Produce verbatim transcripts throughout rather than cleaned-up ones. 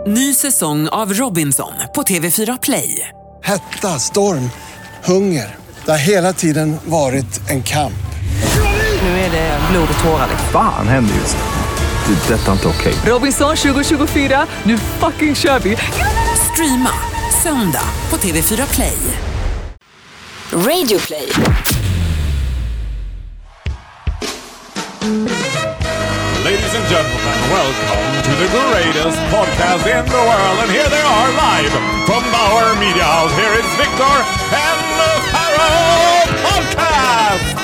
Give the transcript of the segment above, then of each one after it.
Ny säsong av Robinson på T V fyra Play. Hetta, storm, hunger. Det har hela tiden varit en kamp. Nu är det blod och tårar. Fan händer just det. Det är detta inte okej. Robinson tjugo tjugofyra, nu fucking kör vi. Streama söndag på T V fyra Play. Radio Play. Ladies and gentlemen, welcome to the greatest podcast in the world. And here they are live from Bauer Media House. Here is Victor and the Pharaoh Podcast!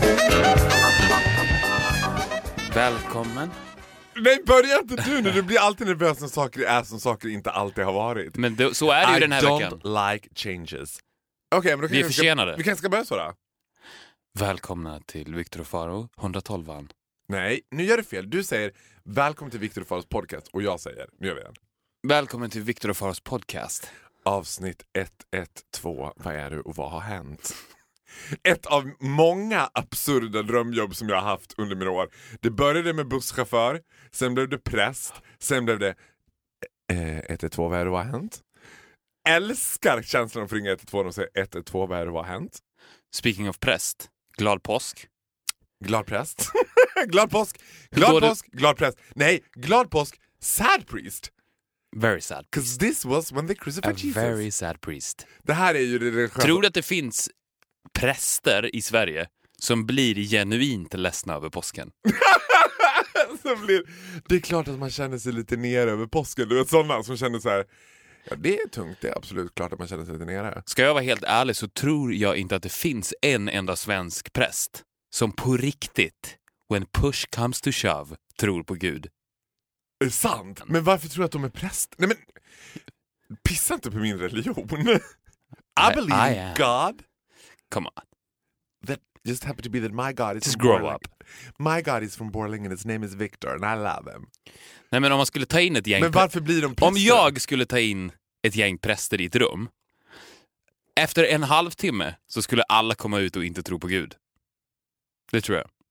Välkommen. Nej, börja inte du nu. Du blir alltid nervös när saker är som saker inte alltid har varit. Men det, så är det ju I den här don't veckan. like changes. Okej, okay, men då kan vi är vi försenade. Ska, vi kanske ska börja så då. Välkomna till Victor och Faro, etthundratolvan. Nej, nu gör du fel. Du säger välkommen till Victor och Faros podcast och jag säger, nu gör vi den. Välkommen till Victor och Faros podcast. Avsnitt etthundratvå, vad är du och vad har hänt? Ett av många absurda drömjobb som jag har haft under mina år. Det började med busschaufför, sen blev det präst, sen blev det eh, etthundratvå, vad är det, vad har hänt? Älskar känslan att ringa etthundratvå och säga etthundratvå, vad är det, vad har hänt? Speaking of präst, glad påsk. Glad präst. glad påsk. Glad påsk. Det? Glad präst. Nej, glad påsk. Sad priest. Very sad. Because this was when they crucified A Jesus. very sad priest. Det här är ju det religiösa. Tror du att det finns präster i Sverige som blir genuint ledsna över påsken? som blir... Det är klart att man känner sig lite nere över påsken. Du vet sådana som känner så här. Ja, det är tungt. Det är absolut klart att man känner sig lite nere. Ska jag vara helt ärlig så tror jag inte att det finns en enda svensk präst som på riktigt, when push comes to shove, tror på Gud. Är det sant? Men varför tror du att de är präst? Nej men, pissa inte på min religion. I believe in God. Come on. That just happened to be that my God is just from grow Borlänge. up. My God is from Borlänge and his name is Victor and I love him. Nej men om man skulle ta in ett gäng... Men varför blir de präster? Om jag skulle ta in ett gäng präster i ett rum, efter en halvtimme så skulle alla komma ut och inte tro på Gud. Det tror jag.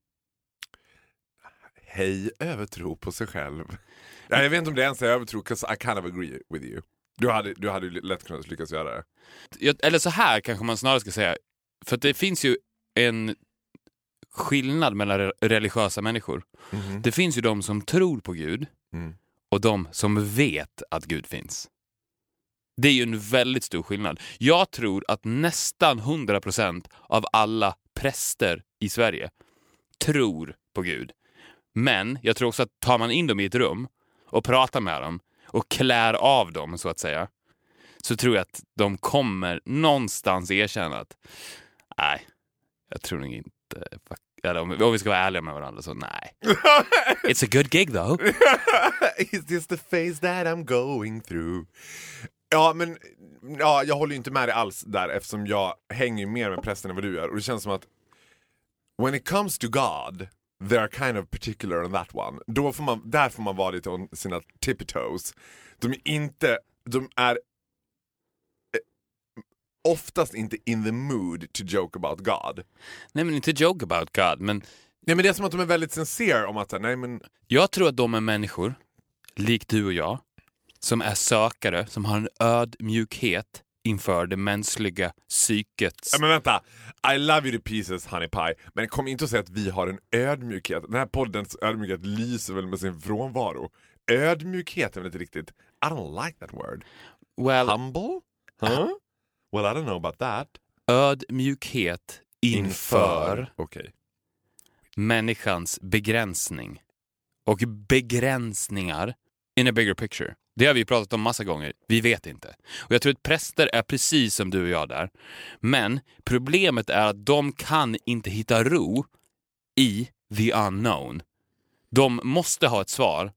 Hej, övertro på sig själv. Ja, jag vet inte om det ens är övertro, because I kind of agree with you. Du hade, du hade lätt kunnat lyckas göra det. Jag, eller så här kanske man snarare ska säga. För att det finns ju en skillnad mellan re- religiösa människor. Mm-hmm. Det finns ju de som tror på Gud mm. och de som vet att Gud finns. Det är ju en väldigt stor skillnad. Jag tror att nästan hundra procent av alla präster i Sverige tror på Gud. Men jag tror också att tar man in dem i ett rum och pratar med dem och klär av dem så att säga, så tror jag att de kommer någonstans erkänna att nej, jag tror nog inte, eller om, om vi ska vara ärliga med varandra så nej. It's a good gig though. It's just the phase that I'm going through. Ja, men ja, jag håller ju inte med dig alls där eftersom jag hänger mer med prästen än vad du gör. Och det känns som att when it comes to God, they are kind of particular on that one. Då får man, där får man vara lite on sina tippy toes. De är inte, de är eh, oftast inte in the mood to joke about God. Nej, men inte joke about God, men... Nej, men det är som att de är väldigt sincere om att, nej men... Jag tror att de är människor, likt du och jag, som är sökare, som har en ödmjukhet inför det mänskliga psykets... Ja, men vänta, I love you to pieces, honey pie. Men kom inte att säga att vi har en ödmjukhet. Den här poddens ödmjukhet lyser väl med sin frånvaro. Ödmjukhet är väl inte riktigt... I don't like that word. Well, humble? Huh? Well, I don't know about that. Ödmjukhet inför, inför okay. människans begränsning. Och begränsningar in a bigger picture. Det har vi pratat om massa gånger. Vi vet inte. Och jag tror att präster är precis som du och jag där. Men problemet är att de kan inte hitta ro i the unknown. De måste ha ett svar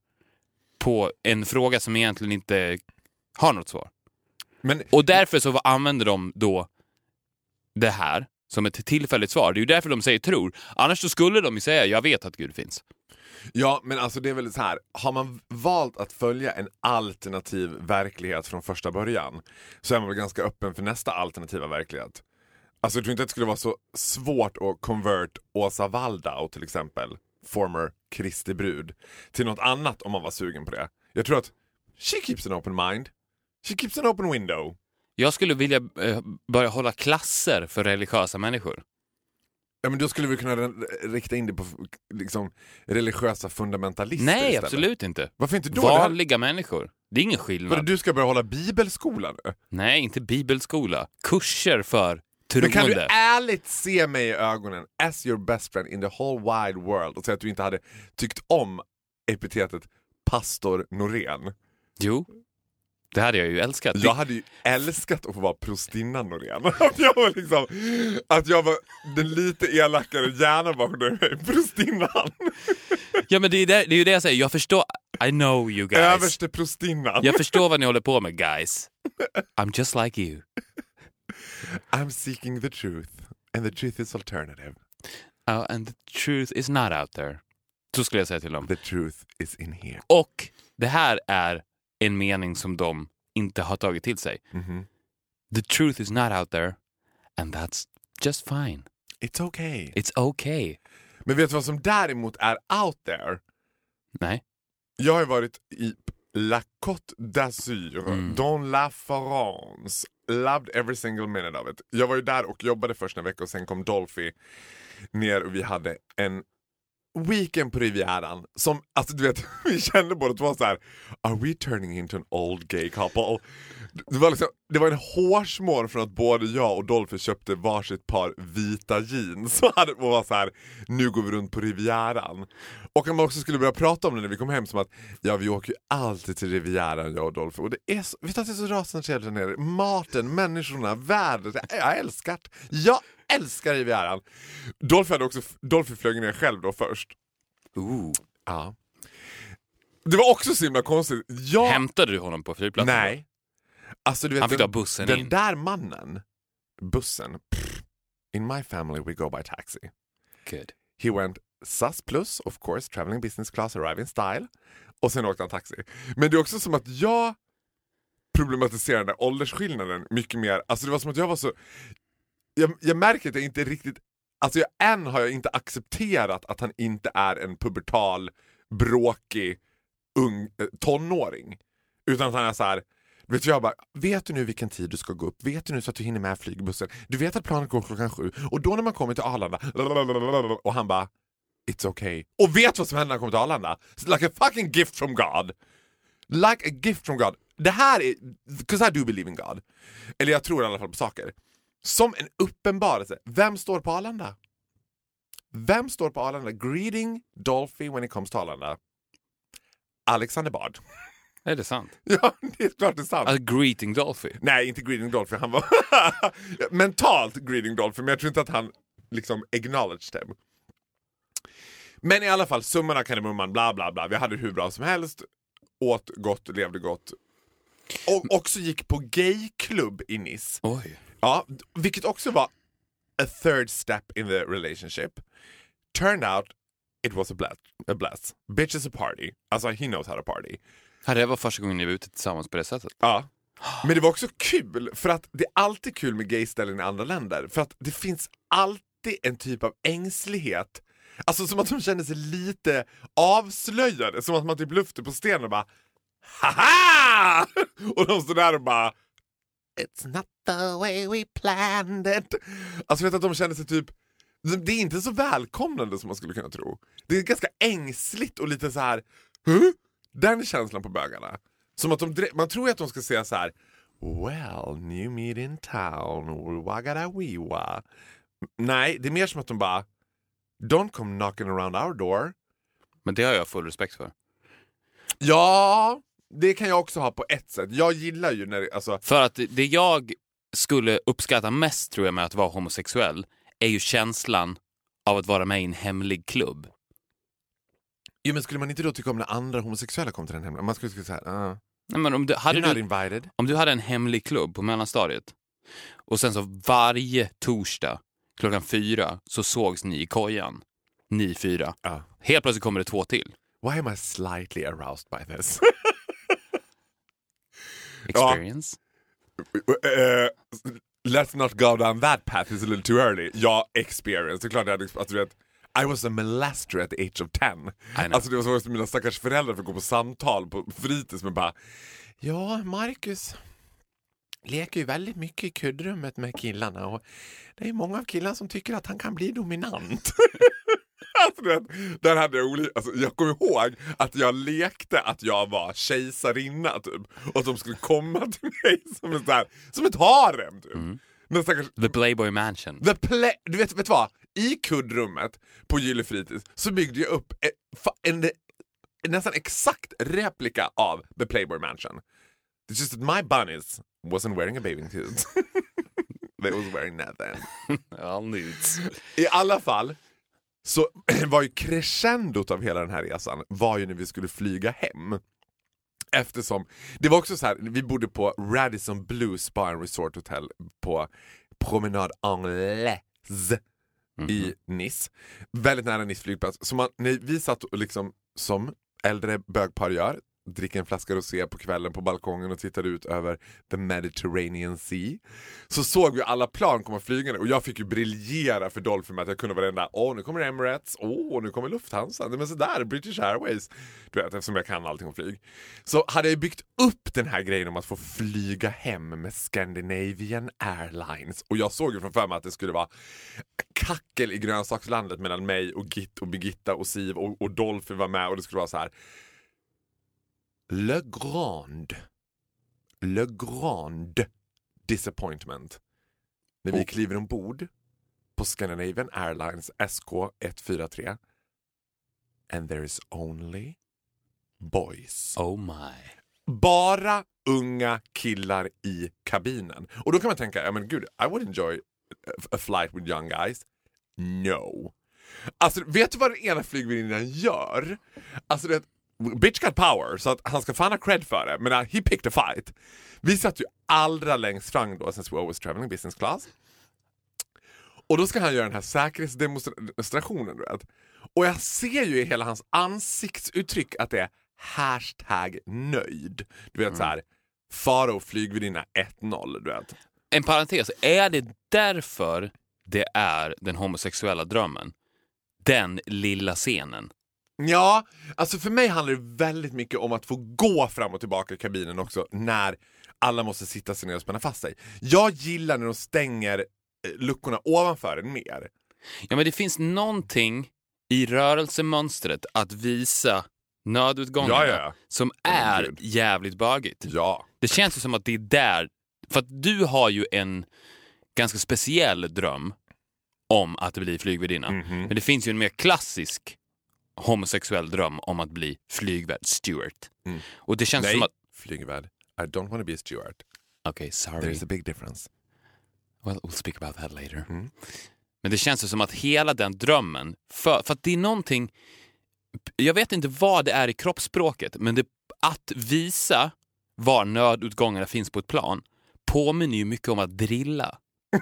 på en fråga som egentligen inte har något svar. Men... Och därför så använder de då det här som ett tillfälligt svar. Det är ju därför de säger tror. Annars så skulle de ju säga jag vet att Gud finns. Ja, men alltså det är väl så här. Har man valt att följa en alternativ verklighet från första början så är man väl ganska öppen för nästa alternativa verklighet. Alltså jag tror inte att det skulle vara så svårt att convert Åsa Waldau till exempel, former Kristi brud, till något annat om man var sugen på det. Jag tror att she keeps an open mind. She keeps an open window. Jag skulle vilja eh, börja hålla klasser för religiösa människor. Ja, men då skulle vi kunna rikta in det på liksom, religiösa fundamentalister. Nej, istället. Absolut inte. Varför inte då? Vanliga människor. Det är ingen skillnad. För du ska börja hålla bibelskola nu? Nej, inte bibelskola. Kurser för troende. Men kan du ärligt se mig i ögonen as your best friend in the whole wide world och säga att du inte hade tyckt om epitetet pastor Norén? Jo. Det hade jag ju älskat. Jag hade ju älskat att få vara prostinna Norén. Att jag var liksom, att jag var den lite elakare gärna bakom mig, prostinnan. Ja, men det är, det, det är ju det jag säger. Jag förstår, I know you guys. Överste prostinnan. Jag förstår vad ni håller på med, guys. I'm just like you. I'm seeking the truth. And the truth is alternative. Oh, and the truth is not out there. Så skulle jag säga till dem. The truth is in here. Och det här är en mening som de inte har tagit till sig. Mm-hmm. The truth is not out there. And that's just fine. It's okay. It's okay. Men vet du vad som däremot är out there? Nej. Jag har ju varit i La Côte d'Azur, mm. Don La France. Loved every single minute of it. Jag var ju där och jobbade först en vecka och sen kom Dolphy ner och vi hade en weekend på Rivieran som, alltså du vet, vi kände båda två så här: are we turning into an old gay couple? Det var, liksom, det var en hårsmån från att både jag och Dolphy köpte varsitt par vita jeans. Så hade det var så här: nu går vi runt på Rivieran. Och man också skulle börja prata om det när vi kom hem, som att ja, vi åker ju alltid till Rivieran, jag och Dolphy. Och det är så, vet du att det är så rasande trevligt där nere. Maten, människorna, vädret. Jag älskar det. Jag älskar Rivieran. Dolphy hade också, Dolphy flög ner själv då först. Ooh. Ja. Det var också så himla konstigt. Jag... Hämtade du honom på flygplatsen? Nej. Alltså, du vet, han fick den, ta bussen den in. Den där mannen, bussen, pff, in my family we go by taxi. Good. He went sus plus, of course, traveling business class, arriving style. Och sen åkte han taxi. Men det är också som att jag problematiserar den där åldersskillnaden mycket mer. Alltså det var som att jag var så... Jag, jag märker att jag inte riktigt... Alltså jag, än har jag inte accepterat att han inte är en pubertal, bråkig, ung eh, tonåring. Utan att han är så här... Vet du, jag bara, vet du nu vilken tid du ska gå upp? Vet du nu så att du hinner med flygbussen? Du vet att planet går klockan sju. Och då när man kommer till Arlanda... Och han bara, it's okay. Och vet vad som händer när han kommer till Arlanda? It's like a fucking gift from God. Like a gift from God. Det här är... Because I do believe in God. Eller jag tror i alla fall på saker. Som en uppenbarelse. Vem står på Arlanda? Vem står på Arlanda? Greeting Dolphy when it comes to Arlanda. Alexander Bard. Är det sant? Ja, det är klart det är sant. A greeting Dolphy? Nej, inte greeting Dolphy. Han var mentalt greeting Dolphy, men jag tror inte att han liksom acknowledged them. Men i alla fall, summan av kardemumman, bla bla bla. Vi hade hur bra som helst. Åt gott, levde gott. Och också gick på gayklubb i Nice. Oj. Ja, vilket också var a third step in the relationship. Turned out it was a blast. A blast. Bitch is a party. Alltså, he knows how to party. Det var första gången ni var ute tillsammans på det sättet. Ja. Men det var också kul, för att det är alltid kul med gayställen i andra länder. För att det finns alltid en typ av ängslighet. Alltså som att de känner sig lite avslöjade. Som att man typ lyfter på stenen och bara haha! Och de står där och bara it's not the way we planned it. Alltså vet att de känner sig typ, det är inte så välkomnande som man skulle kunna tro. Det är ganska ängsligt och lite så här, huh? Den känslan på bögarna. Som att de, man tror att de ska säga så här: well, new meet in town, wagada wiwa. Nej, det är mer som att de bara don't come knocking around our door. Men det har jag full respekt för. Ja, det kan jag också ha på ett sätt. Jag gillar ju när alltså... För att det jag skulle uppskatta mest, tror jag, med att vara homosexuell är ju känslan av att vara med i en hemlig klubb. Jo, men skulle man inte då tycka om när andra homosexuella kom till den hemliga? Man skulle säga så här, uh, nej, men om du hade you're not du, invited. Om du hade en hemlig klubb på mellanstadiet och sen så varje torsdag klockan fyra så sågs ni i kojan. Ni fyra. Uh. Helt plötsligt kommer det två till. Why am I slightly aroused by this? Experience? Ja. Uh, let's not go down that path, it's a little too early. Ja, experience. Det är klart att, att du vet, I was a molester at the age of ten. Alltså det var så att mina stackars föräldrar fick gå på samtal på fritids med bara, ja, Marcus leker ju väldigt mycket i kuddrummet med killarna och det är många av killarna som tycker att han kan bli dominant. Alltså, det, där hade jag, oli- alltså, jag kommer ihåg att jag lekte att jag var kejsarinna typ, och att de skulle komma till mig som, en här, som ett harem typ. Mm. Stackars, The Playboy Mansion. the play, du vet, vet vad? I kuddrummet på Gyllefritids så byggde jag upp en, en, en nästan exakt replika av The Playboy Mansion. It's just that my bunnies wasn't wearing a bathing suit. They was wearing nothing. All nudes. I alla fall så var ju crescendot av hela den här resan var ju när vi skulle flyga hem. Eftersom, det var också så här, vi bodde på Radisson Blu Spa and Resort Hotel på Promenade Anglaise mm-hmm. i Nice. Väldigt nära Nice flygplats. Så man, när vi satt och liksom, som äldre bögpar gör, dricker en flaska rosé på kvällen på balkongen och tittade ut över the Mediterranean Sea, så såg vi alla plan komma flygande och jag fick ju briljera för Dolphin med att jag kunde varenda, åh nu kommer Emirates, åh nu kommer Lufthansa, men så där British Airways, du vet, eftersom jag kan allting om flyg. Så hade jag byggt upp den här grejen om att få flyga hem med Scandinavian Airlines och jag såg ju från för mig att det skulle vara kackel i grönsakslandet mellan mig och Git och Birgitta och Siv och, och Dolphin var med och det skulle vara så här Le Grand Le Grand Disappointment när vi oh. kliver ombord på Scandinavian Airlines S K ett fyra tre and there is only boys. Oh my. Bara unga killar i kabinen. Och då kan man tänka, ja men gud, I would enjoy a flight with young guys. No. Alltså, vet du vad den ena flygvärdinnan gör? Alltså det bitch got power, så att han ska fan ha cred för det. Men uh, he picked a fight. Vi satt ju allra längst fram då, since we always traveling business class. Och då ska han göra den här säkerhetsdemonstrationen, du vet. Och jag ser ju i hela hans ansiktsuttryck att det är hashtag nöjd. Du vet mm. så här, Faro flygvärdinna ett noll, du vet. En parentes, är det därför det är den homosexuella drömmen? Den lilla scenen. Ja, alltså för mig handlar det väldigt mycket om att få gå fram och tillbaka i kabinen också när alla måste sitta sig ner och spänna fast sig. Jag gillar när de stänger luckorna ovanför en mer. Ja, men det finns någonting i rörelsemönstret att visa nödutgångarna ja, ja. som är oh, jävligt bögigt. Ja. Det känns ju som att det är där, för att du har ju en ganska speciell dröm om att bli flygvärdinna. Mm-hmm. Men det finns ju en mer klassisk homosexuell dröm om att bli flygvärd steward. Mm. Och det känns Nej, som att flygvärd. I don't want to be a steward. Okay, sorry. There's a big difference. Well, we'll speak about that later. Mm. Men det känns som att hela den drömmen, för, för att det är någonting, jag vet inte vad det är i kroppsspråket, men det, att visa var nödutgångarna finns på ett plan påminner ju mycket om att drilla.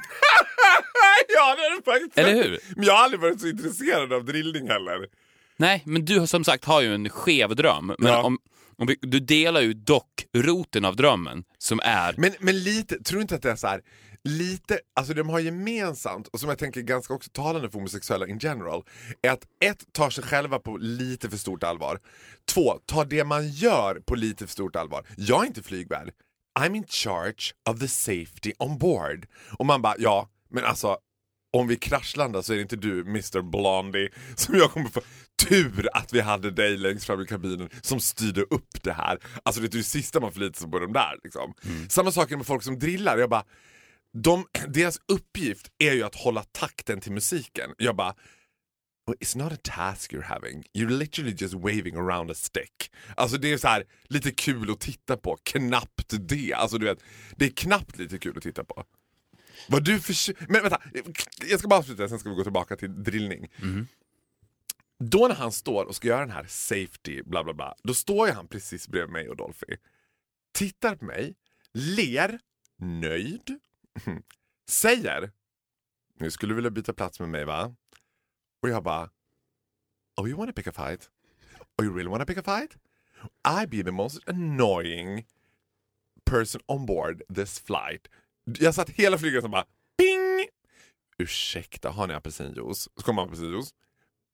Ja, det är det faktiskt. Eller hur? Men jag har aldrig varit så intresserad av drillning heller. Nej, men du som sagt har ju en skev dröm. Men ja. om, om vi, du delar ju dock roten av drömmen som är... Men, men lite, tror du inte att det är så här, lite, alltså de har gemensamt, och som jag tänker ganska också talande för homosexuella in general, är att ett, tar sig själva på lite för stort allvar. Två, tar det man gör på lite för stort allvar. Jag är inte flygvärd. I'm in charge of the safety on board. Och man bara, ja, men alltså, om vi kraschlandar så är det inte du, mister Blondie, som jag kommer få. Tur att vi hade dig längst fram i kabinen som styrde upp det här. Alltså det är ju sista man förlitar sig på de där liksom. Mm. Samma sak med folk som drillar. Jag bara, de, deras uppgift är ju att hålla takten till musiken. Jag bara, it's not a task you're having. You're literally just waving around a stick. Alltså det är så här lite kul att titta på. Knappt det. Alltså du vet, det är knappt lite kul att titta på. Vad du för... Men vänta, jag ska bara avsluta, sen ska vi gå tillbaka till drillning. Mm. Då när han står och ska göra den här safety, bla bla bla, då står ju han precis bredvid mig och Dolphy. Tittar på mig, ler, nöjd, säger, nu skulle du vilja byta plats med mig, va? Och jag bara, oh, you wanna pick a fight? Oh, you really wanna pick a fight? I be the most annoying person on board this flight. Jag satt hela flyget som bara, ping! Ursäkta, har ni apelsinjuice? Så kommer apelsinjuice.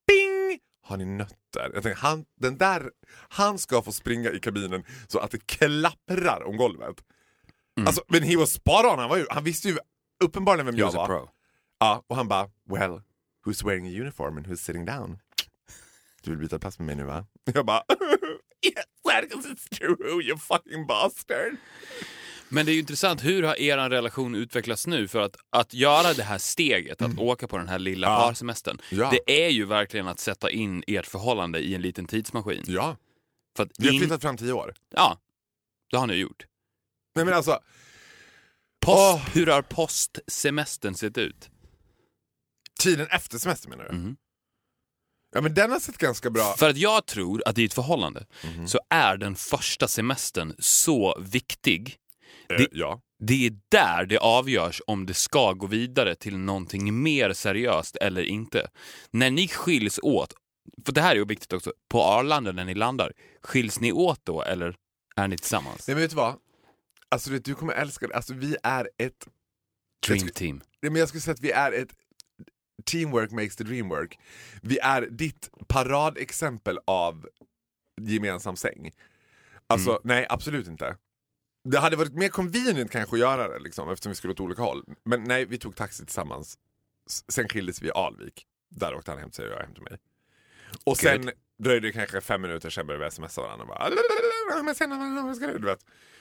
har ni nötter? Jag tänkte, han, den där, han ska få springa i kabinen så att det klapprar om golvet. Mm. Alltså, men he was spot on. Han, var ju, han visste ju uppenbarligen vem jag var. Pro. Ja, och han bara, well, who's wearing a uniform and who's sitting down? Du vill byta plats med mig nu, va? Jag bara, yes, because it's true, you fucking bastard. Men det är ju intressant, hur har er relation utvecklats nu? För att, att göra det här steget, att mm. åka på den här lilla ja. parsemestern, ja. det är ju verkligen att sätta in ert förhållande i en liten tidsmaskin. Ja, för att vi har in... flyttat fram tio år. Ja, det har ni gjort. Nej men alltså... Post, oh. Hur har postsemestern sett ut? Tiden efter semestern menar du? Mm. Ja men den har sett ganska bra. För att jag tror att i ett förhållande mm. så är den första semestern så viktig. Uh, det, ja. det är där det avgörs om det ska gå vidare till någonting mer seriöst eller inte. När ni skiljs åt, för det här är ju viktigt också, på Arlanda när ni landar, skiljs ni åt då eller är ni tillsammans? Nej men vet du vad? Alltså du, du kommer älska det. Alltså vi är ett dream skulle, team. Nej men jag skulle säga att vi är ett teamwork makes the dream work. Vi är ditt paradexempel av gemensam säng. Alltså mm. nej absolut inte. Det hade varit mer convenient kanske att göra det liksom, eftersom vi skulle åt olika håll. Men nej, vi tog taxi tillsammans. Sen skildes vi i Alvik. Där åkte han hem till sig och jag hem till mig. Och sen Good. dröjde det kanske fem minuter, sen började vi smsa varandra och bara, men sen vad ska du, du vet.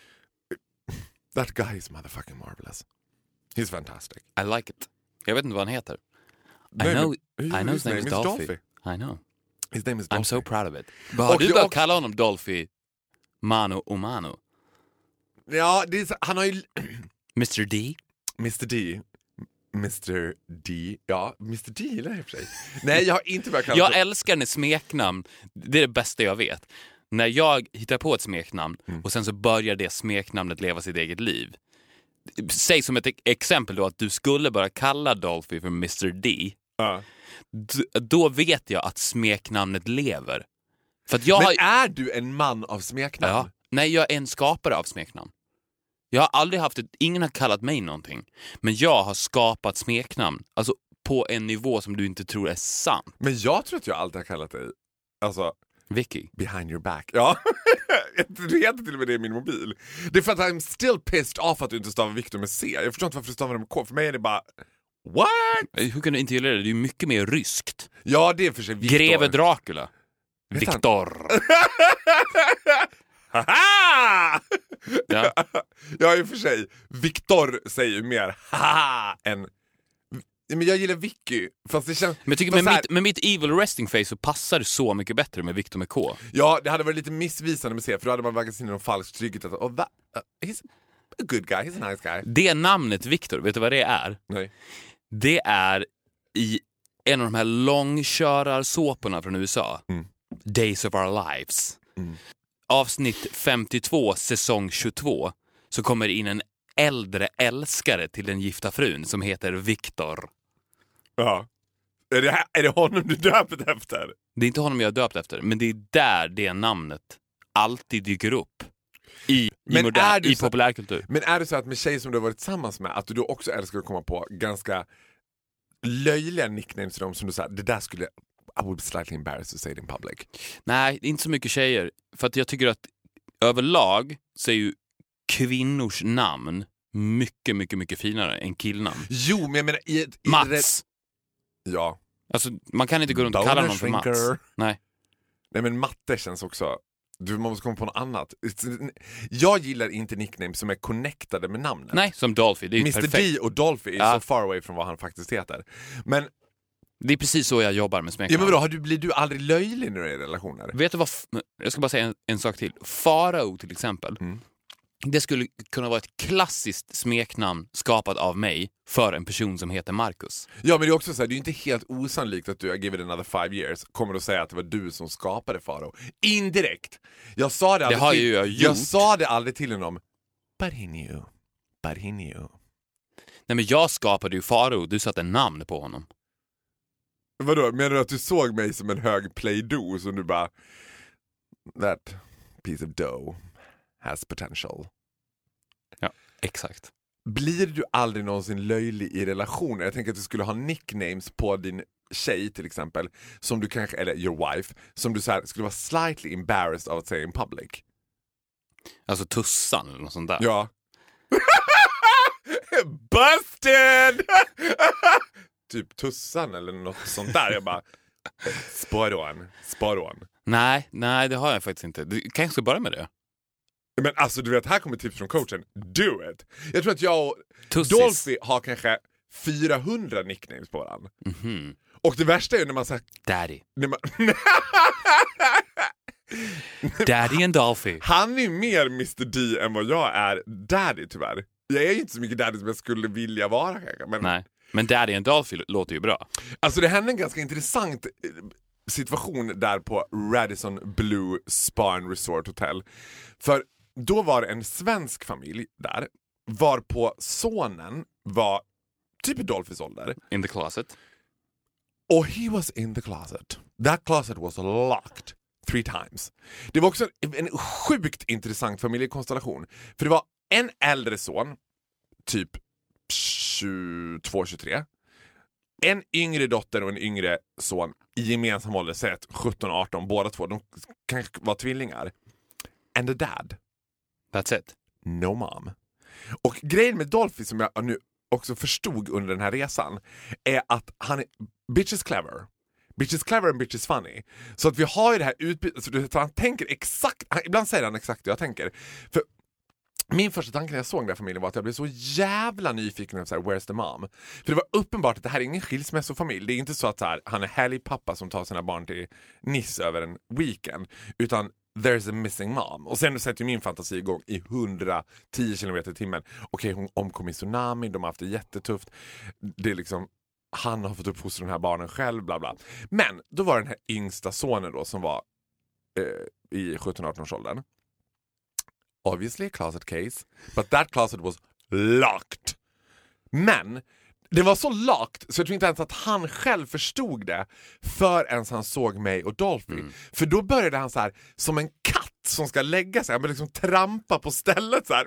That guy is motherfucking marvelous. He's fantastic. I like it. Jag vet inte vad han heter. Nej, I know, men, I know his, his name, name is Dolphy. Dolphy. I know. His name is Dolphy. I'm so proud of it. But har du börjat kalla honom Dolphy mano o mano? Ja, det är så, han har ju... mister D? mister D. mister D. Ja, mister D gillar jag i och för sig. Nej, jag har inte börjat kalla Jag det. älskar när smeknamn, det är det bästa jag vet. När jag hittar på ett smeknamn mm. och sen så börjar det smeknamnet leva sitt eget liv. Säg som ett exempel då att du skulle bara kalla Dolphy för mister D. Uh. D- då vet jag att smeknamnet lever. För att jag Men har... är du en man av smeknamn? Ja. Nej, jag är en skapare av smeknamn. Jag har aldrig haft ett... Ingen har kallat mig någonting. Men jag har skapat smeknamn. Alltså på en nivå som du inte tror är sant. Men jag tror att jag alltid har kallat dig... Alltså... Vicky. Behind your back. Ja, du heter till och med det i min mobil. Det är för att I'm still pissed off att du inte stavar Victor med C. Jag förstår inte varför du stavar det med K. För mig är det bara... What? Hur kan du inte gilla det? Det är ju mycket mer ryskt. Ja, det är för sig Victor. Greve Dracula. Vet Victor. Haha! Ja. Ja, i och för sig. Victor säger ju mer haha än... Men jag gillar Vicky. Fast det känns... Men jag tycker med, här... mitt, med mitt evil resting face så passar det så mycket bättre med Victor med K. Ja, det hade varit lite missvisande med C. För då hade man vaggat in i någon falsk trygghet. Att, oh, that, uh, he's a good guy, he's a nice guy. Det namnet Victor, vet du vad det är? Nej. Det är i en av de här långkörarsåporna från U S A. Mm. Days of Our Lives. Mm. Avsnitt femtiotvå, säsong tjugotvå. Så kommer in en äldre älskare till den gifta frun som heter Victor. Ja. Är det, här, är det honom du döpt efter? Det är inte honom jag har döpt efter, men det är där det namnet alltid dyker upp i, i, modern, i populärkultur. Men är det så att med tjejer som du har varit tillsammans med att du då också älskar att komma på ganska löjliga nicknames till dem som du säger, det där skulle I would be slightly embarrassed to say it in public. Nej, inte så mycket tjejer. För att jag tycker att överlag så är ju kvinnors namn mycket, mycket, mycket finare än killnamn. Jo, men jag menar... I ett, i Mats! Rätt... Ja. Alltså, man kan inte gå runt och kalla någon för Mats. Nej. Nej, men matte känns också... Du måste komma på något annat. Jag gillar inte nicknames som är connectade med namnet. Nej, som Dolphy. Det är mister perfekt. D och Dolphy är ja. så far away från vad han faktiskt heter. Men... Det är precis så jag jobbar med smeknamn. Ja, men vadå, har du, blir du aldrig löjlig när du är i relationer? Vet du vad... F- jag ska bara säga en, en sak till. Farao till exempel. Mm. Det skulle kunna vara ett klassiskt smeknamn skapat av mig för en person som heter Marcus. Ja, men det är också så här, det är inte helt osannolikt att du, I give it another five years, kommer att säga att det var du som skapade Farao. Indirekt. Jag sa det aldrig det har till, ju jag gjort. Jag sa det aldrig till honom. But he knew. But he knew. Nej, men jag skapade ju Farao. Du satte namn på honom. Vadå? Menar du att du såg mig som en hög play-doh som du bara... That piece of dough has potential. Ja, exakt. Blir du aldrig någonsin löjlig i relationer? Jag tänker att du skulle ha nicknames på din tjej till exempel, som du kanske, eller your wife, som du så här, skulle vara slightly embarrassed av att säga in public? Alltså tussan eller något sånt där. Ja. Busted! Typ tussan eller något sånt där. Jag bara, spot on, spot on. Nej, nej det har jag faktiskt inte. Du kanske ska börja med det. Men alltså du vet, här kommer tips från coachen. Do it! Jag tror att jag och Tussis. Dolphy har kanske fyrahundra nicknames på varandra. Mm-hmm. Och det värsta är ju när man säger Daddy. när man, Daddy and Dolphy. han är ju mer mister D än vad jag är Daddy tyvärr. Jag är ju inte så mycket Daddy som jag skulle vilja vara kanske. Men... Nej, men Daddy and Dolphy låter ju bra. Alltså det hände en ganska intressant situation där på Radisson Blue Spa and Resort Hotel. För då var det en svensk familj där, varpå sonen var typ i Dolphys ålder. In the closet. Och he was in the closet. That closet was locked three times. Det var också en sjukt intressant familjekonstellation. För det var en äldre son, typ tjugotvå tjugotre. En yngre dotter och en yngre son i gemensam ålder, säg att sjutton arton, båda två, de kanske var tvillingar. And a dad. That's it. No mom. Och grejen med Dolphy som jag nu också förstod under den här resan är att han är bitch is clever. Bitch is clever and bitch is funny. Så att vi har ju det här utbytet, så han tänker exakt, han, ibland säger han exakt det jag tänker. För min första tanke när jag såg den här familjen var att jag blev så jävla nyfiken på så här, where's the mom? För det var uppenbart att det här är ingen skilsmässofamilj. Det är inte så att så här, han är helgpappa som tar sina barn till Nice över en weekend, utan there's a missing mom. Och sen sätter min fantasi igång i hundratio kilometer i timmen. Okej, hon omkom i tsunami, de har haft det jättetufft. Det är liksom, han har fått uppfostra de här barnen själv, bla bla. Men då var den här yngsta sonen då som var eh, i sjutton arton års åldern. Obviously a closet case, but that closet was locked. Men det var så locked så jag tror inte ens att han själv förstod det förrän han såg mig och Dolphy. Mm. För då började han så här som en katt som ska lägga sig. Han började liksom trampa på stället så här.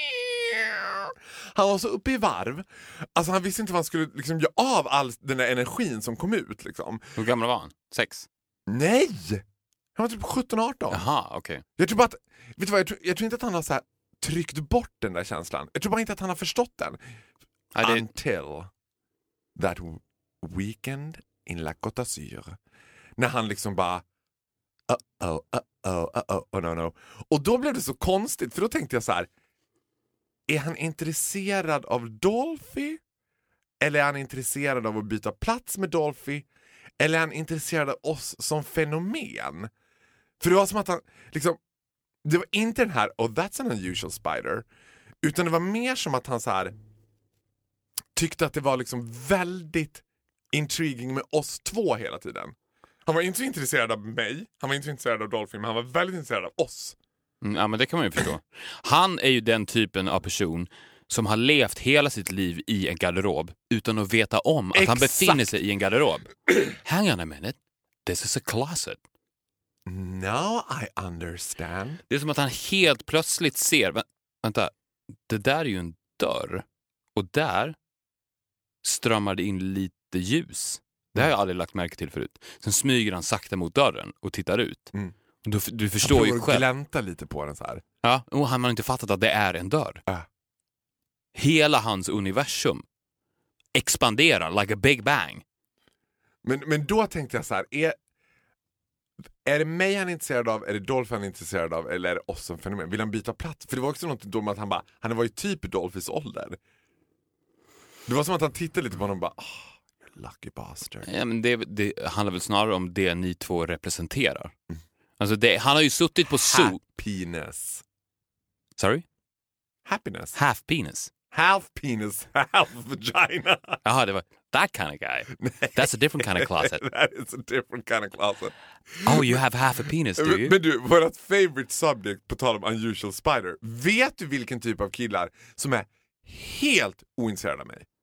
Han var så uppe i varv. Alltså han visste inte vad han skulle liksom göra av all den där energin som kom ut liksom. Hur gammal var han? Sex? Nej! Han var typ sjutton arton. Jaha, okej. Okay. Jag tror bara att, vet du vad, jag tror, jag tror inte att han har så här tryckt bort den där känslan. Jag tror bara inte att han har förstått den. Ja, det... Until that weekend in La Côte d'Azur. När han liksom bara uh-oh, uh-oh, uh-oh, oh no no. Och då blev det så konstigt, för då tänkte jag så här: är han intresserad av Dolphy? Eller är han intresserad av att byta plats med Dolphy? Eller är han intresserad av oss som fenomen? För det var som att han liksom, det var inte den här oh that's an unusual spider, utan det var mer som att han så här tyckte att det var liksom väldigt intriguing med oss två hela tiden. Han var inte så intresserad av mig, han var inte så intresserad av Dolphy, men han var väldigt intresserad av oss. Mm, ja, men det kan man ju förstå. Han är ju den typen av person som har levt hela sitt liv i en garderob utan att veta om att Exakt. han befinner sig i en garderob. Hang on a minute, this is a closet. Now I understand. Det är som att han helt plötsligt ser, vä- vänta, det där är ju en dörr. Och där strömmar det in lite ljus. Det har jag aldrig lagt märke till förut. Sen smyger han sakta mot dörren och tittar ut. Mm. Du, du förstår ju själv. Glänta lite på den så här. Ja, och han har inte fattat att det är en dörr. Äh. Hela hans universum expanderar like a big bang. Men, men då tänkte jag så här, är, är det mig han är intresserad av, är det Dolphy han är intresserad av, eller är det oss som fenomen? Vill han byta plats? För det var också något då med att han bara, han var ju typ i Dolphys ålder. Det var som att han tittade lite på honom och bara, oh, you lucky bastard. Ja, men det, det handlar väl snarare om det ni två representerar. Mm. Alltså det, han har ju suttit på zoo. Happiness. Sorry? Happiness. Half penis. Half penis, half vagina. Jaha, det var that kind of guy. That's a different kind of closet. That is a different kind of closet. Oh, you have half a penis, do you? Men du, vårt favorite subject på tal om unusual spider. Vet du vilken typ av killar som är helt ointresserade av mig?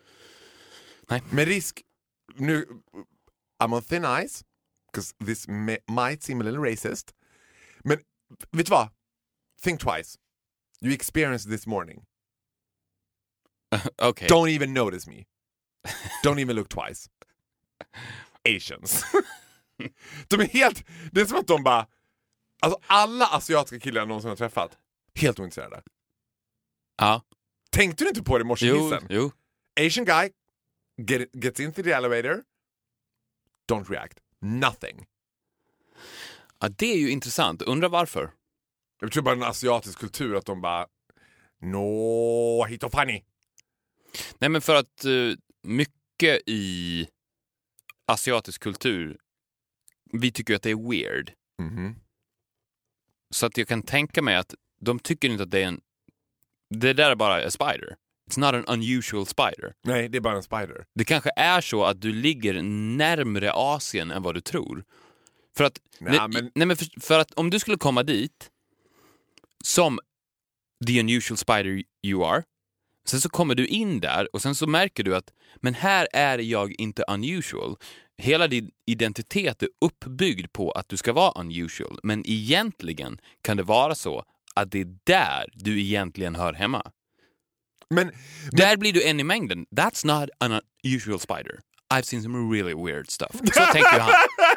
Nej. Med risk, nu, I'm on thin ice, because this may, might seem a little racist. Men vet du vad? Think twice. You experienced this morning. Okay. Don't even notice me. Don't even look twice. Asians. De är helt... Det är som att de bara... Alltså alla asiatiska killar jag någonsin har träffat, helt ointresserade. Ja. Tänkte du inte på det i morse? Jo, jo. Asian guy get, gets into the elevator, don't react. Nothing. Ja, det är ju intressant. Undrar varför. Jag tror bara en asiatisk kultur att de bara no, hit och funny. Nej, men för att uh, mycket i asiatisk kultur, vi tycker att det är weird. Mm-hmm. Så att jag kan tänka mig att de tycker inte att det är en... Det där är bara en spider. It's not an unusual spider. Nej, det är bara en spider. Det kanske är så att du ligger närmare Asien än vad du tror. För att, nej, nej, men... nej, men för, för att om du skulle komma dit som the unusual spider you are, sen så kommer du in där och sen så märker du att men här är jag inte unusual. Hela din identitet är uppbyggd på att du ska vara unusual, men egentligen kan det vara så att det är där du egentligen hör hemma. Men, men... Där blir du en i mängden. That's not an unusual spider. I've seen some really weird stuff. Så tänker han.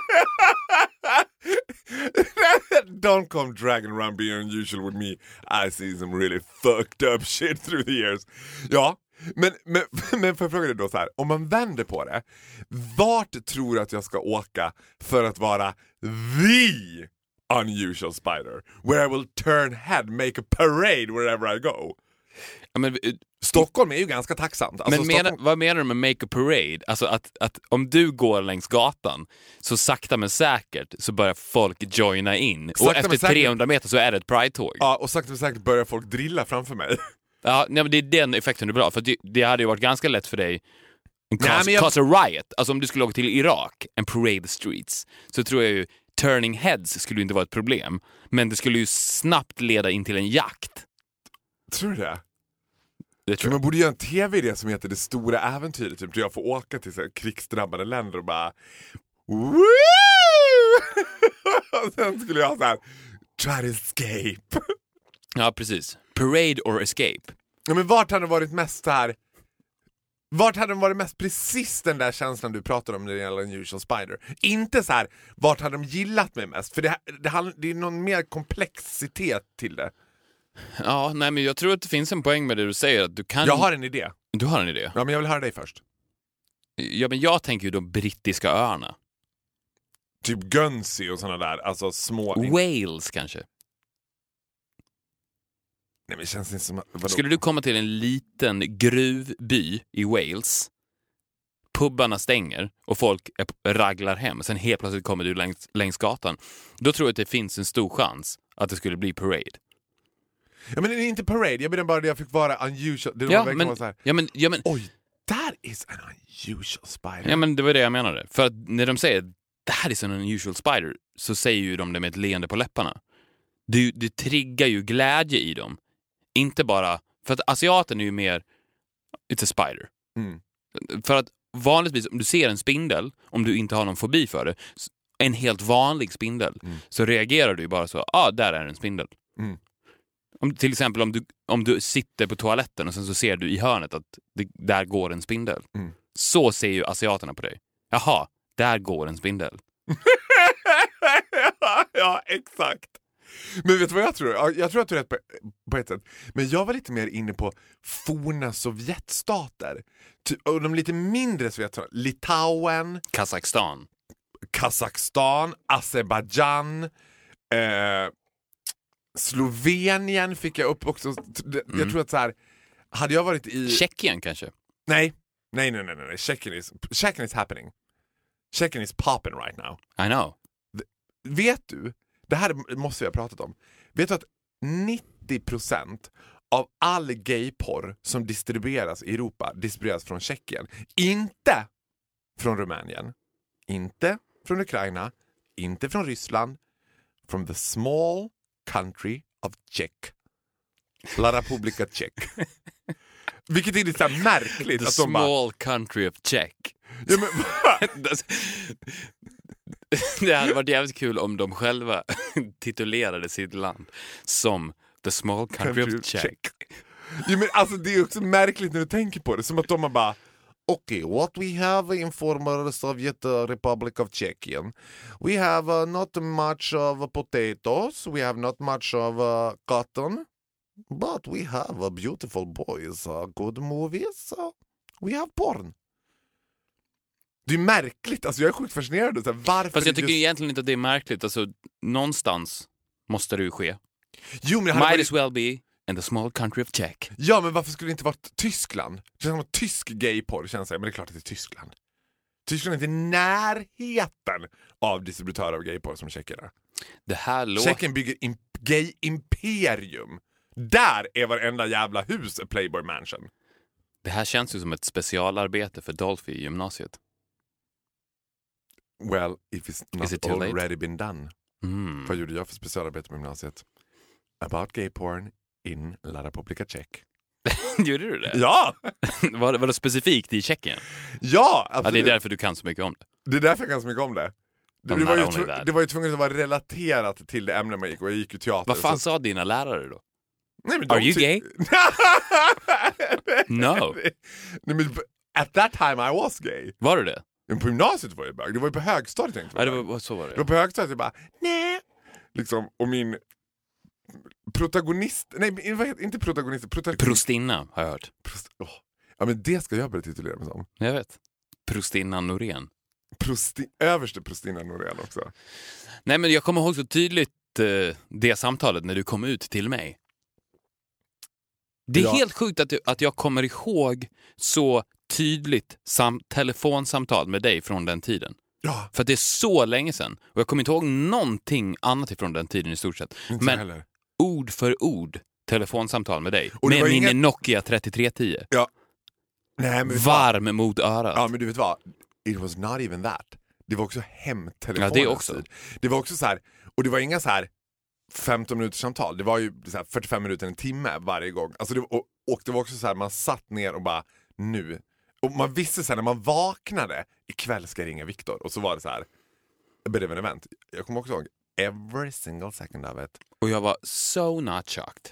Don't come dragging around being unusual with me. I see some really fucked up shit through the years. Ja, men, men, men för att fråga dig då så här. Om man vänder på det, vart tror du att jag ska åka för att vara the unusual spider? Where I will turn head, make a parade wherever I go. Ja, men, Stockholm är ju ganska tacksamt. Alltså, men mena, Stockholm... vad menar du med make a parade? Alltså att, att om du går längs gatan så sakta men säkert så börjar folk joina in. Sakta och efter säkert... trehundra meter så är det ett pride-tåg. Ja, och sakta men säkert börjar folk drilla framför mig. Ja, nej, men det är den effekten du vill ha. För det, det hade ju varit ganska lätt för dig en cause, nej, men jag... cause a riot. Alltså om du skulle åka till Irak, en parade the streets, så tror jag ju turning heads skulle inte vara ett problem. Men det skulle ju snabbt leda in till en jakt. Tror du det? Det tror man borde göra en tv-idé som heter Det stora äventyret, typ, där jag får åka till så här krigsdrabbade länder och bara woo! Och sen skulle jag så här try to escape. Ja, precis. Parade or escape. Ja, men vart hade det varit mest så här? Vart hade det varit mest precis den där känslan du pratar om när det gäller unusual spider? Inte så här, vart hade de gillat mig mest? För det, det, det är någon mer komplexitet till det. Ja, nej, men jag tror att det finns en poäng med det du säger. Att du kan... Jag har en idé. Du har en idé? Ja, men jag vill höra dig först. Ja, men jag tänker ju de brittiska öarna. Typ Guernsey och såna där, alltså små... Wales kanske? Nej, men det känns inte som... Vadå? Skulle du komma till en liten gruvby i Wales, pubbarna stänger och folk är, raglar hem, sen helt plötsligt kommer du längs, längs gatan, då tror jag att det finns en stor chans att det skulle bli parade. Ja, men det är inte parade. Jag menar bara det jag fick vara unusual. Det ja, var men, vara så här. Ja, men, ja, men... Oj, that is an unusual spider. Ja, men det var det jag menade. För att när de säger that is an unusual spider, så säger ju de det med ett leende på läpparna. Du, du triggar ju glädje i dem. Inte bara... För att asiaten är ju mer it's a spider. Mm. För att vanligtvis om du ser en spindel, om du inte har någon fobi för det, en helt vanlig spindel, mm. så reagerar du ju bara så, ja, ah, där är en spindel. Mm. Om, till exempel om du, om du sitter på toaletten och sen så ser du i hörnet att det, där går en spindel. Mm. Så ser ju asiaterna på dig. Jaha, där går en spindel. Ja, exakt. Men vet du vad jag tror? Jag tror att du är rätt på, på ett sätt. Men jag var lite mer inne på forna Sovjetstater. Och de lite mindre Sovjetstater. Litauen. Kazakstan. Kazakstan. Azerbaijan. Eh, Slovenien fick jag upp också. Jag mm. tror att så här, hade jag varit i... Tjeckien kanske? Nej. Nej, nej, nej, nej. Tjeckien is, Tjeckien is happening. Tjeckien is popping right now. I know. Vet du, det här måste vi ha pratat om. Vet du att nittio procent av all gayporr som distribueras i Europa distribueras från Tjeckien. Inte från Rumänien. Inte från Ukraina. Inte från Ryssland. From the small country of Czech. La Republika Czech. Vilket är lite så märkligt. The att small de bara... country of Czech. Ja, men... Det hade varit jävligt kul om de själva titulerade sitt land som the small country, country of Czech. Ja, men alltså, det är också märkligt när du tänker på det. Som att de har bara, Okay, what we have in former Soviet uh, Republic of Czechia, we have uh, not much of potatoes, we have not much of uh, cotton, but we have uh, beautiful boys, uh, good movies, uh, we have porn. Det är märkligt, alltså jag är sjukt fascinerad. Så här, varför Fast jag tycker just... egentligen inte att det är märkligt. Alltså, någonstans måste det ju ske. Jo, men det Might varit... as well be in the small country of Czech. Ja, men varför skulle det inte vara Tyskland? Det känns som att tysk gayporr känns det, men det är klart att det är Tyskland. Tyskland är inte i närheten av distributörer av gayporr som tjeckerna. Det här låter... Tjeckien bygger imp- gay-imperium. Där är varenda jävla hus ett Playboy Mansion. Det här känns ju som ett specialarbete för Dolphy i gymnasiet. Well, if it's not Is it too already late? been done. Mm. Vad gjorde jag för specialarbete på gymnasiet? About gay porn in La Republika Czech. Gjorde du det? Ja! var, det, var det specifikt i Tjeckien? Ja, Ja, absolut. det är därför du kan så mycket om det. Det är därför jag kan så mycket om det. Det, De det, var, ju här tv- only det var ju tvunget att vara relaterat till det ämne man gick, och jag gick ju teater. Vad fan så... sa dina lärare då? Nej, men Are de you ty- gay? No. Nej, men at that time I was gay. Var du det? Men på gymnasiet var jag bög. Det var ju på högstadiet tänkte Ja, jag. det var, så var Det var det. på högstadiet jag bara, nej. Liksom, och min protagonist, nej vad heter, inte protagonist, protagonist. Prostinna har jag hört. Prost, oh. Ja, men det ska jag börja titulera mig som. Jag vet. Prostinna Norén. Prosti, överste Prostinna Norén också. Nej, men jag kommer ihåg så tydligt eh, det samtalet när du kom ut till mig. Det är Ja. helt sjukt att jag, att jag kommer ihåg så tydligt sam- telefonsamtal med dig från den tiden. Ja, För att det är så länge sedan. Och jag kommer inte ihåg någonting annat ifrån den tiden i stort sett. inte Men heller. ord för ord telefonsamtal med dig. Och det med var min inga- Nokia trettiotre tio. Ja. Nej, men vet du vad? Varm mot örat. Ja, men du vet vad? It was not even that. Det var också hemtelefonens Ja, det också. tid. Det var också så här, och det var inga så här femton minuters samtal. Det var ju så här fyrtiofem minuter, en timme varje gång. Alltså det, och, och det var också så här, man satt ner och bara, nu. Och man visste sen när man vaknade, ikväll ska jag ringa Viktor. Och så var det så här, a bit of an event. Jag kommer också ihåg every single second of it. Och jag var so not shocked.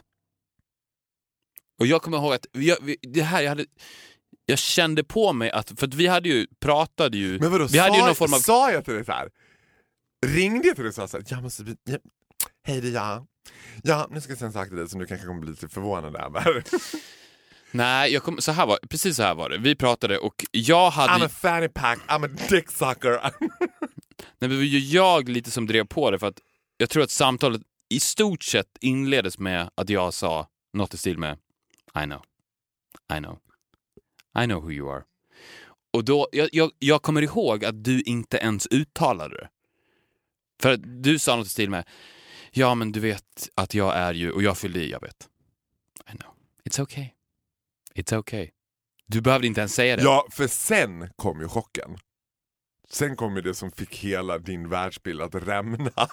Och jag kommer ihåg att jag, vi- det här, jag, hade, jag kände på mig att, för att vi hade ju, pratade ju, Men vadå, vi hade sa, ju någon form av, sa jag till dig så här? Ringde jag till dig och sa så här, jag måste bli, ja, hej det är jag. Ja, nu ska jag säga en sak till dig som du kanske kommer bli lite förvånad över. nej, jag kom, så här var, precis så här var det. Vi pratade och jag hade, I'm a fanny pack, I'm a dick sucker. nej, men det var ju jag lite som drev på det, för att jag tror att samtalet i stort sett inleddes med att jag sa något i stil med I know, I know, I know who you are. Och då, jag, jag, jag kommer ihåg att du inte ens uttalade det. För att du sa något i stil med, ja men du vet att jag är ju, och jag fyllde i, jag vet. I know, it's okay, it's okay. Du behövde inte ens säga det. Ja, för sen kom ju chocken. Sen kom ju det som fick hela din världsbild att rämna.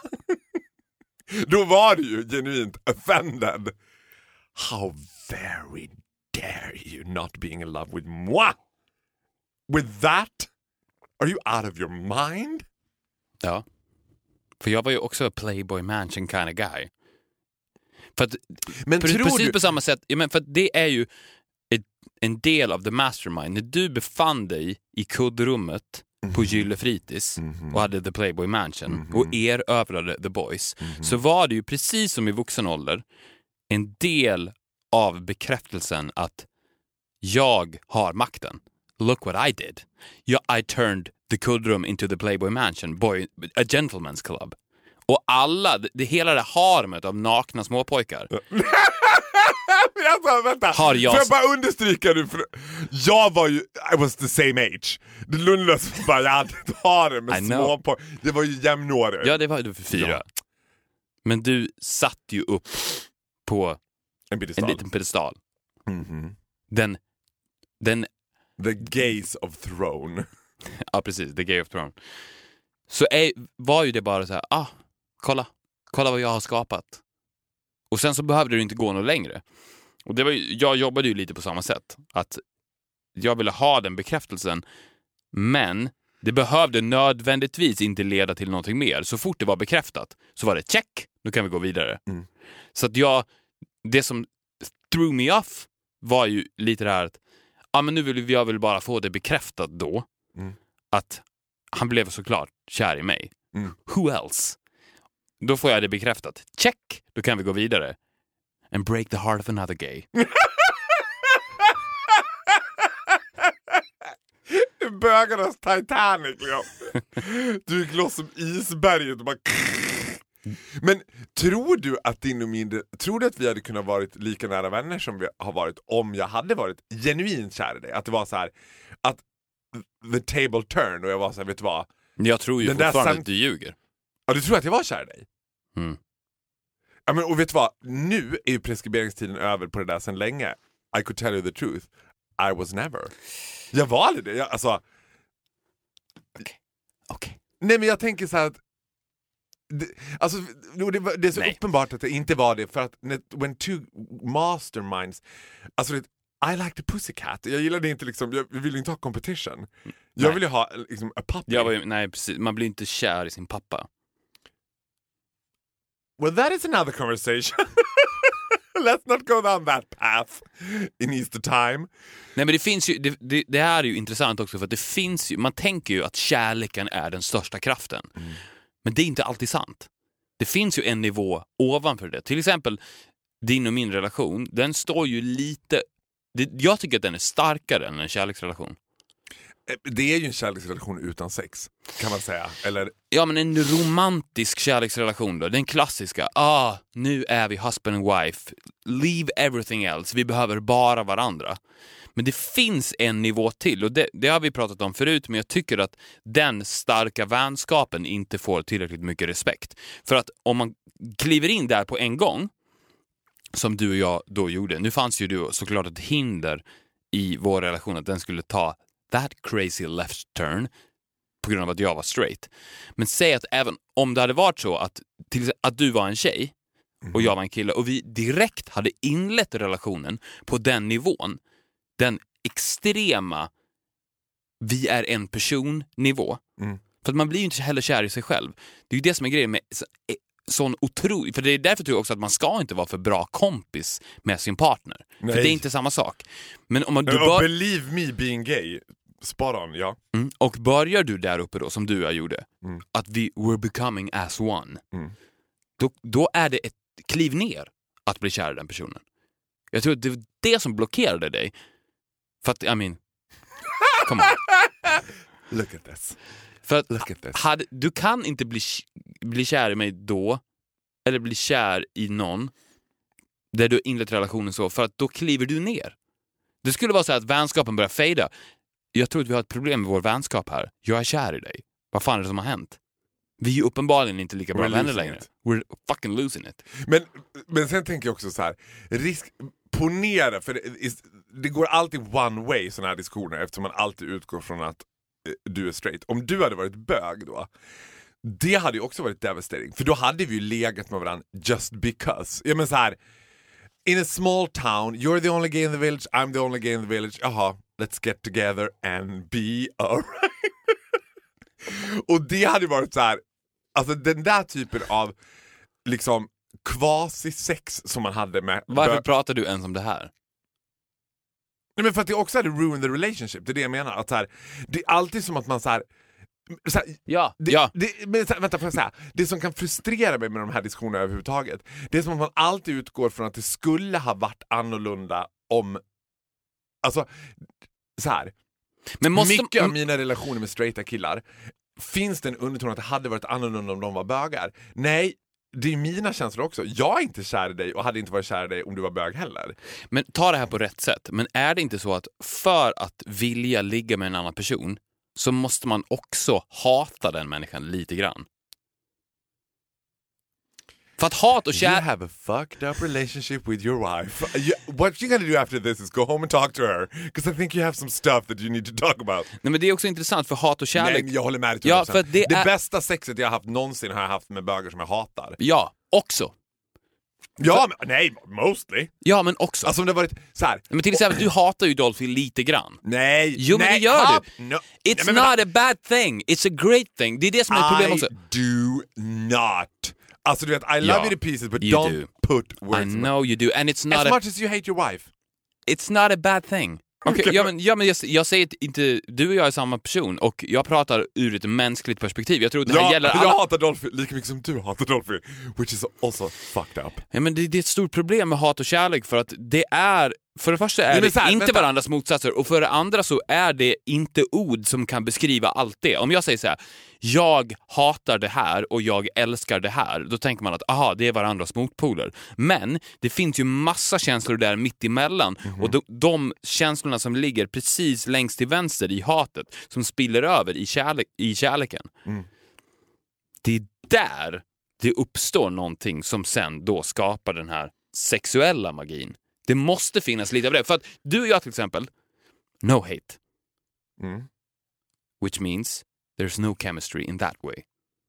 Då var du ju genuint offended. How very dare you not being in love with moi? With that? Are you out of your mind? Ja. För jag var ju också a Playboy Mansion kind of guy. För att, Men pre- tror precis du... på samma sätt, ja, men för att det är ju ett, en del av the mastermind. När du befann dig i kuddrummet Mm. på Gylle Fritids Mm-hmm. och hade the Playboy Mansion Mhm. och erövrade the boys, Mhm. så var det ju precis som i vuxen ålder en del av bekräftelsen att jag har makten. Look what I did. Jag, I turned the kuddrum into the Playboy Mansion, boy, a gentleman's club. Och alla, det, hela det harmet av nakna småpojkar. Alltså, vänta. Har jag- Får jag bara understryka nu? För jag var ju, I was the same age. Det lundlöst bara, jag hade ett harem med I know. små på. Det var ju jämnåriga. Ja, det var du för fyra. Ja. Men du satt ju upp på En en piedestal. liten pedestal. Mhm. Den, den, The gaze of throne. ja precis, the Game of Thrones. Så är, var ju det bara så här, ah, kolla, kolla vad jag har skapat. Och sen så behövde du inte gå något längre. Och det var ju, jag jobbade ju lite på samma sätt. Att jag ville ha den bekräftelsen, men det behövde nödvändigtvis inte leda till någonting mer. Så fort det var bekräftat så var det check, nu kan vi gå vidare. Mm. Så att jag, det som threw me off var ju lite det här att ja men nu vill jag väl bara få det bekräftat då mm. att han blev såklart kär i mig. Mm. Who else? Då får jag det bekräftat. Check! Då kan vi gå vidare. And break the heart of another gay. Bögarnas Titanic. Ja. Du är loss som isberget och bara... Men tror du att din och min... Tror du att vi hade kunnat varit lika nära vänner som vi har varit om jag hade varit genuint kär i dig? Att det var så här... Att the table turn och jag var så här, vet du vad? Jag tror ju fortfarande sam- att du ljuger. Ja, du tror att jag var kär i dig? Mm. Ja, men och vet du vad? Nu är ju preskriberingstiden över på det där sedan länge. I could tell you the truth. I was never. Jag var aldrig det. Jag, alltså... Okej. Okay. Okay. Nej, men jag tänker så här att... Det, alltså, det, det är så Nej. uppenbart att det inte var det. För att when two masterminds... Alltså, det, I like the pussycat. Jag gillade inte liksom... Jag vill inte ha competition. Jag nej. vill ju ha liksom a puppy. Jag var, nej, precis. Man blir inte kär i sin pappa. Well, that is another conversation. Let's not go down that path in Easter time. Nej, men det finns ju, det, det, det här är ju intressant också för att det finns ju, man tänker ju att kärleken är den största kraften. Mm. Men det är inte alltid sant. Det finns ju en nivå ovanför det. Till exempel din och min relation, den står ju lite, det, jag tycker att den är starkare än en kärleksrelation. Det är ju en kärleksrelation utan sex, kan man säga. Eller... Ja, men en romantisk kärleksrelation då, den klassiska. Ah, nu är vi husband and wife. Leave everything else. Vi behöver bara varandra. Men det finns en nivå till och det, det har vi pratat om förut, men jag tycker att den starka vänskapen inte får tillräckligt mycket respekt. För att om man kliver in där på en gång, som du och jag då gjorde, nu fanns ju du såklart ett hinder i vår relation att den skulle ta that crazy left turn på grund av att jag var straight. Men säg att även om det hade varit så att, till, att du var en tjej och jag var en kille och vi direkt hade inlett relationen på den nivån, den extrema vi är en person nivå. Mm. För att man blir ju inte heller kär i sig själv. Det är ju det som är grejen med så, sån otrolig, för det är därför tror jag också att man ska inte vara för bra kompis med sin partner. Nej. För det är inte samma sak. Men om man, du bör... Believe me being gay. Spot on, ja. Mm. Och börjar du där uppe då, som du och jag gjorde, mm. att vi were becoming as one, mm. då, då är det ett kliv ner att bli kär i den personen. Jag tror att det var det som blockerade dig. För att, I mean, come on. Look at this. För att Look at this. Hade, du kan inte bli, bli kär i mig då, eller bli kär i någon där du inlett relationen så, för att då kliver du ner. Det skulle vara så att vänskapen börjar fejda. Jag tror att vi har ett problem med vår vänskap här. Jag är kär i dig. Vad fan är det som har hänt? Vi är ju uppenbarligen inte lika bra We're vänner längre. It. We're fucking losing it. Men, men sen tänker jag också så här. Risk, ponera, för det, det går alltid one way sådana här diskussioner eftersom man alltid utgår från att eh, du är straight. Om du hade varit bög då, det hade ju också varit devastating. För då hade vi ju legat med varandra just because. Ja men så här. In a small town, you're the only gay in the village, I'm the only gay in the village. Jaha, let's get together and be alright. Och det hade varit så här, alltså den där typen av liksom quasi-sex som man hade med... Varför bö- pratar du ens om det här? Nej, men för att det också hade ruined the relationship, det är det jag menar. Att så här, det är alltid som att man så här... Så här, ja, det, ja. Det, men, så här, vänta, får jag säga. Det som kan frustrera mig med de här diskussionerna överhuvudtaget, det är som att man alltid utgår från att det skulle ha varit annorlunda om... Alltså, så här. Men måste... Mycket av mina relationer med straighta killar, finns det en underton att det hade varit annorlunda om de var bögar? Nej, det är mina känslor också. Jag är inte kär i dig och hade inte varit kär i dig om du var bög heller. Men ta det här på rätt sätt. Men är det inte så att för att vilja ligga med en annan person så måste man också hata den människan lite grann? För att hat och kär... You have a fucked up relationship with your wife. You, what you're gonna do after this is go home and talk to her. Because I think you have some stuff that you need to talk about. Nej, men det är också intressant för hat och kärlek... Nej, jag håller med dig. Ja, för det, det är... bästa sexet jag har haft någonsin har jag haft med bögar som jag hatar. Ja, också. Ja, men, nej, mostly. Ja, men också. Alltså om det varit så här. Men till exempel, du hatar ju Dolphy lite grann. Nej. Jo, nej, men det gör ha, du. No. It's nej, men, not a bad thing. It's a great thing. Det är det som är ett problem också. I do not. Alltså du vet, I love ja, you to pieces but you don't do. put words I know you do. And it's not as a... much as you hate your wife. It's not a bad thing. Okay, ja, men, ja, men jag, jag säger inte, du och jag är samma person och jag pratar ur ett mänskligt perspektiv. Jag tror det här ja, gäller alla... Jag hatar Dolphy lika mycket som du hatar Dolphy, which is also fucked up. Ja, men det, det är ett stort problem med hat och kärlek för att det är, för det första är Nej, det här, inte vänta. varandras motsatser och för det andra så är det inte ord som kan beskriva allt det. Om jag säger så här, jag hatar det här och jag älskar det här, då tänker man att aha, det är varandras motpoler. Men det finns ju massa känslor där mitt emellan mm-hmm. och de, de känslorna som ligger precis längst till vänster i hatet som spiller över i, kärlek, i kärleken. Mm. Det är där det uppstår någonting som sen då skapar den här sexuella magin. Det måste finnas lite av det. För att du och jag till exempel, no hate. Mm. Which means there's no chemistry in that way.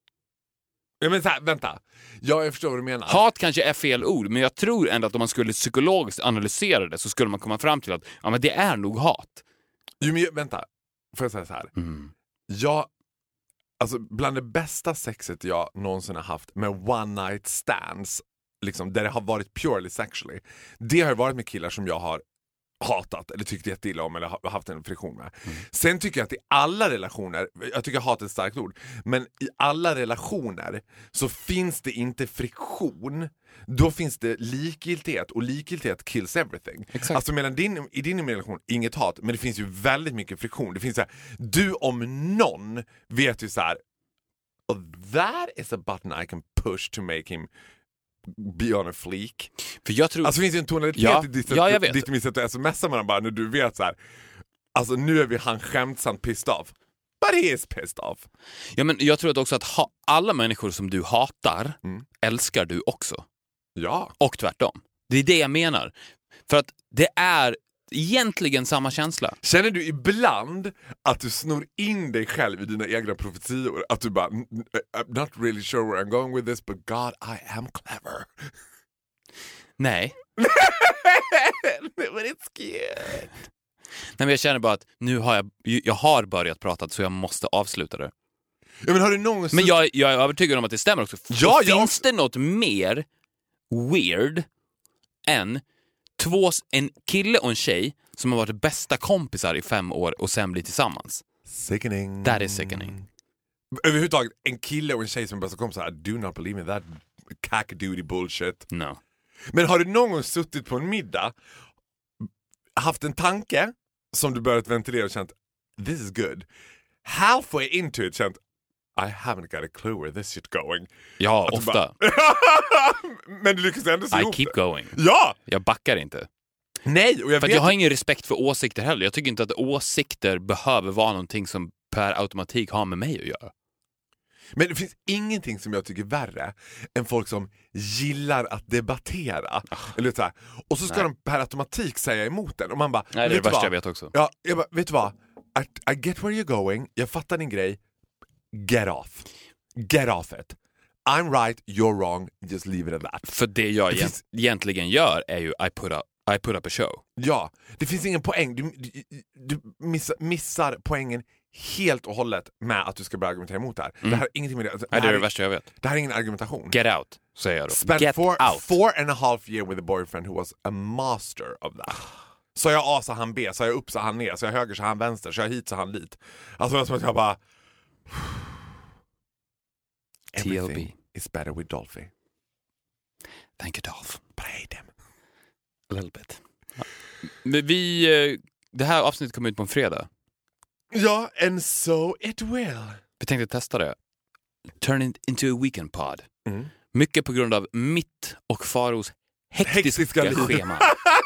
Ja, men så här, vänta. Ja, jag förstår vad du menar. Hat kanske är fel ord, men jag tror ändå att om man skulle psykologiskt analysera det så skulle man komma fram till att ja, men det är nog hat. Jo, men vänta. Får jag säga så här? Mm. Jag, alltså bland det bästa sexet jag någonsin har haft med one night stands, liksom, där det har varit purely sexually, det har varit med killar som jag har hatat eller tyckt jätteilla om eller har haft en friktion med. Mm. Sen tycker jag att i alla relationer, jag tycker hat är ett starkt ord, men i alla relationer så finns det inte friktion, då finns det likgiltighet och likgiltighet kills everything. Exakt. Alltså mellan din, i din relation, inget hat, men det finns ju väldigt mycket friktion. Det finns så här, du om någon vet ju så här, oh, that is a button I can push to make him be on a fleek. För jag tror... Alltså finns ju en tonalitet ja, i ditt, ja, jag vet. ditt mitt sätt att smsa med bara när du vet så här. Alltså nu är vi han skämtsamt pissed off. But he is pissed off. Ja, men jag tror att också att ha, alla människor som du hatar mm. älskar du också. Ja. Och tvärtom. Det är det jag menar. För att det är egentligen samma känsla. Känner du ibland att du snor in dig själv i dina egna profetior? Att du bara, I'm not really sure where I'm going with this, but God, I am clever. Nej. But it's cute. Nej, men jag känner bara att nu har jag, jag har börjat prata så jag måste avsluta det. Ja, men har du någonsin... Men jag, jag är övertygad om att det stämmer också. Ja, ja. Finns det något mer weird än två, en kille och en tjej som har varit bästa kompisar i fem år och sen blir tillsammans? Sickening. That is sickening. Överhuvudtaget, en kille och en tjej som är bästa kompisar, I do not believe in that cack-duty bullshit. No. Men har du någon gång suttit på en middag, haft en tanke som du börjat ventilera och känt, this is good. Halfway into it känt, I haven't got a clue where this shit going. Ja, att ofta. Bara... Men du lyckas ändå se I ihop keep det. going. Ja! Jag backar inte. Nej, och jag För vet jag har ingen respekt för åsikter heller. Jag tycker inte att åsikter behöver vara någonting som per automatik har med mig att göra. Men det finns ingenting som jag tycker värre än folk som gillar att debattera. Oh. Eller så här. Och så ska Nej. de per automatik säga emot den. Och man bara, Nej, det är det värsta jag vet också. Ja, jag bara, vet du vad? I, I get where you're going. Jag fattar din grej. Get off. Get off it. I'm right, you're wrong. Just leave it at that. För det jag det egent- finns... egentligen gör är ju I put, up, I put up a show. Ja, det finns ingen poäng. Du, du, du missar, missar poängen helt och hållet med att du ska börja argumentera emot det här. Mm. Det här har ingenting med det. Det, Nej, det är det är, värsta jag vet. Det här är ingen argumentation. Get out, säger jag då. Spent Get four, out. four and a half year with a boyfriend who was a master of that. Så jag A så han B, så jag upp så han ner, så jag höger så han vänster, så jag hit så han dit. Alltså det är som att jag bara... T L B Everything is better with Dolphy. Thank you, Dolph. But I hate him. A little bit. Ja. Men vi, det här avsnittet kommer ut på en fredag. Ja, and so it will. Vi tänkte testa det. Turn it into a weekend pod. Mm. Mycket på grund av mitt och Faros hektiska, hektiska schema.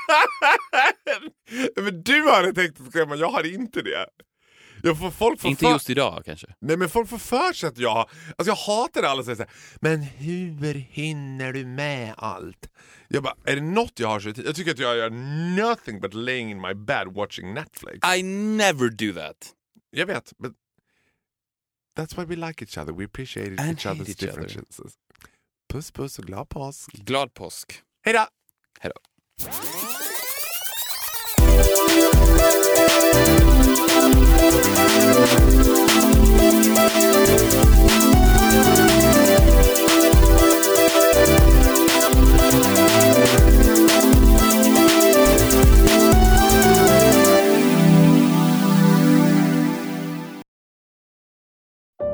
Men du har ett hektiskt schema, jag har inte det. Jag får, folk får inte för... just idag kanske. Nej, men folk får för sig att jag har... Alltså jag hatar det alla säger så här, men hur hinner du med allt? Jag bara, är det något jag har så tid? Jag tycker att jag gör nothing but laying in my bed watching Netflix. I never do that. Jag vet, but that's why we like each other. We appreciate And each hate other's each differences. Other. Puss puss och glad påsk. Glad påsk. Hej då! Hej då.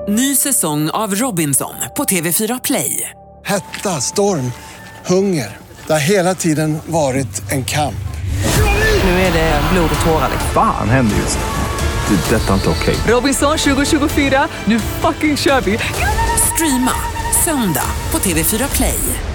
Ny säsong av Robinson på T V fyra Play. Hetta, storm, hunger. Det har hela tiden varit en kamp. Nu är det blod och tårar. Fan händer just det. Det är detta inte okej. Robinson tjugo tjugofyra, nu fucking kör vi. Streama söndag på T V fyra Play.